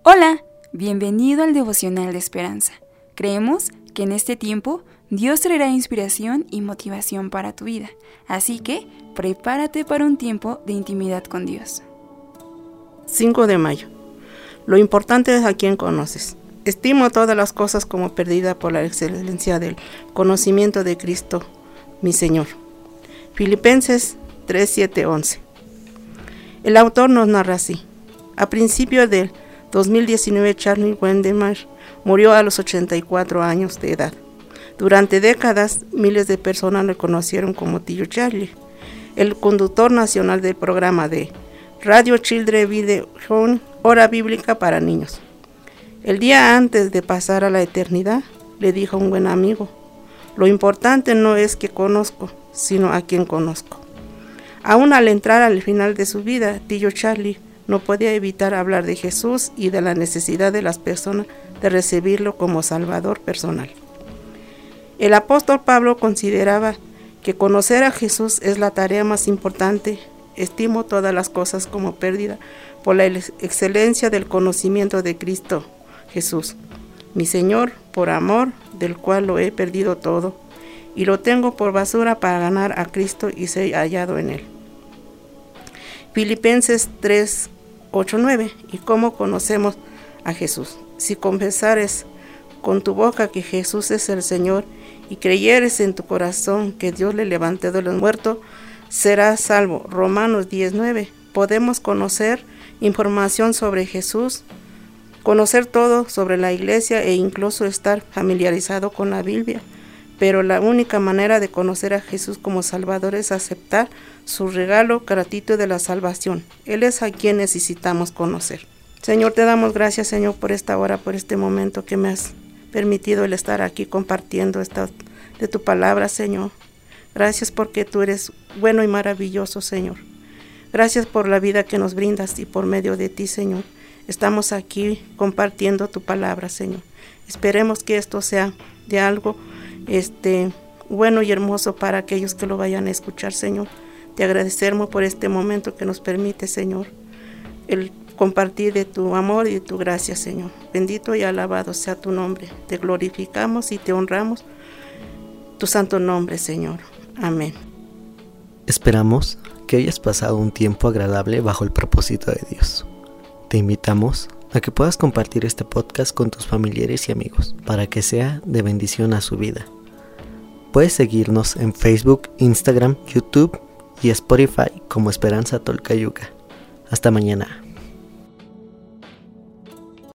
Hola, bienvenido al Devocional de Esperanza. Creemos que en este tiempo Dios traerá inspiración y motivación para tu vida, así que prepárate para un tiempo de intimidad con Dios. 5 de mayo. Lo importante es a quien conoces. Estimo todas las cosas como perdida por la excelencia del conocimiento de Cristo, mi Señor. Filipenses 3, 7, 11. El autor nos narra así. A principios del 2019, Charlie Wendemer murió a los 84 años de edad. Durante décadas, miles de personas le conocieron como Tío Charlie, el conductor nacional del programa de Radio Children Video Hora Bíblica para Niños. El día antes de pasar a la eternidad, le dijo a un buen amigo, lo importante no es que conozco, sino a quien conozco. Aún al entrar al final de su vida, Tío Charlie no podía evitar hablar de Jesús y de la necesidad de las personas de recibirlo como Salvador personal. El apóstol Pablo consideraba que conocer a Jesús es la tarea más importante. Estimo todas las cosas como pérdida por la excelencia del conocimiento de Cristo Jesús, mi Señor, por amor del cual lo he perdido todo, y lo tengo por basura para ganar a Cristo y ser hallado en Él. Filipenses 3, 8, 9. ¿Y cómo conocemos a Jesús? Si confesares con tu boca que Jesús es el Señor y creyeres en tu corazón que Dios le levantó de los muertos, serás salvo. Romanos 10, 9. Podemos conocer información sobre Jesús, conocer todo sobre la iglesia e incluso estar familiarizado con la Biblia. Pero la única manera de conocer a Jesús como Salvador es aceptar su regalo gratuito de la salvación. Él es a quien necesitamos conocer. Señor, te damos gracias, Señor, por esta hora, por este momento que me has permitido el estar aquí compartiendo de tu palabra, Señor. Gracias porque tú eres bueno y maravilloso, Señor. Gracias por la vida que nos brindas y por medio de ti, Señor. Estamos aquí compartiendo tu palabra, Señor. Esperemos que esto sea de algo bueno y hermoso para aquellos que lo vayan a escuchar, Señor. Te agradecemos por este momento que nos permite, Señor, el compartir de tu amor y de tu gracia, Señor. Bendito y alabado sea tu nombre. Te glorificamos y te honramos tu santo nombre, Señor. Amén. Esperamos que hayas pasado un tiempo agradable bajo el propósito de Dios. Te invitamos a que puedas compartir este podcast con tus familiares y amigos para que sea de bendición a su vida. Puedes seguirnos en Facebook, Instagram, YouTube y Spotify como Esperanza Tolcayuca. Hasta mañana.